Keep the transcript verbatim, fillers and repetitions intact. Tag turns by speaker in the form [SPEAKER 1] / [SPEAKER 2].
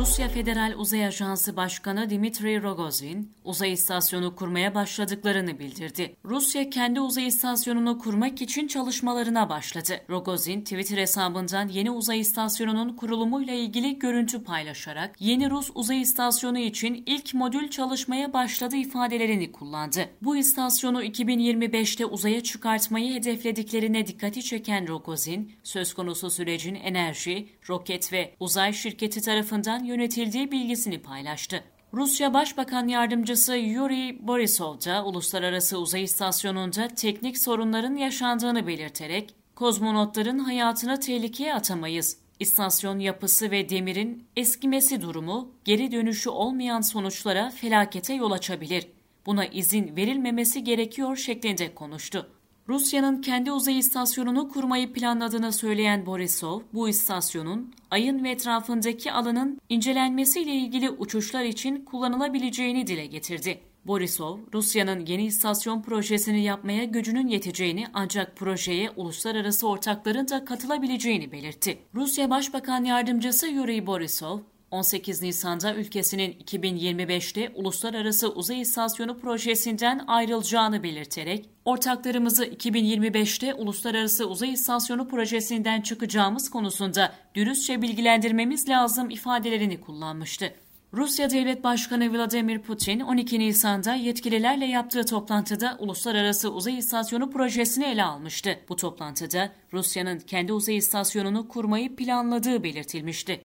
[SPEAKER 1] Rusya Federal Uzay Ajansı Başkanı Dmitry Rogozin, uzay istasyonu kurmaya başladıklarını bildirdi. Rusya kendi uzay istasyonunu kurmak için çalışmalarına başladı. Rogozin, Twitter hesabından yeni uzay istasyonunun kurulumuyla ilgili görüntü paylaşarak, yeni Rus uzay istasyonu için ilk modül çalışmaya başladı ifadelerini kullandı. Bu istasyonu iki bin yirmi beşte uzaya çıkartmayı hedeflediklerine dikkati çeken Rogozin, söz konusu sürecin enerji, roket ve uzay şirketi tarafından yönetildiği bilgisini paylaştı. Rusya Başbakan Yardımcısı Yuri Borisov da Uluslararası Uzay İstasyonu'nda teknik sorunların yaşandığını belirterek, "Kozmonotların hayatını tehlikeye atamayız. İstasyon yapısı ve demirin eskimesi durumu geri dönüşü olmayan sonuçlara, felakete yol açabilir. Buna izin verilmemesi gerekiyor" şeklinde konuştu. Rusya'nın kendi uzay istasyonunu kurmayı planladığını söyleyen Borisov, bu istasyonun Ay'ın ve etrafındaki alanın incelenmesiyle ilgili uçuşlar için kullanılabileceğini dile getirdi. Borisov, Rusya'nın yeni istasyon projesini yapmaya gücünün yeteceğini, ancak projeye uluslararası ortakların da katılabileceğini belirtti. Rusya Başbakan Yardımcısı Yuri Borisov, on sekiz Nisan'da ülkesinin iki bin yirmi beşte Uluslararası Uzay İstasyonu projesinden ayrılacağını belirterek, "Ortaklarımızı iki bin yirmi beşte Uluslararası Uzay İstasyonu projesinden çıkacağımız konusunda dürüstçe bilgilendirmemiz lazım" ifadelerini kullanmıştı. Rusya Devlet Başkanı Vladimir Putin, on iki Nisan'da yetkililerle yaptığı toplantıda Uluslararası Uzay İstasyonu projesini ele almıştı. Bu toplantıda Rusya'nın kendi uzay istasyonunu kurmayı planladığı belirtilmişti.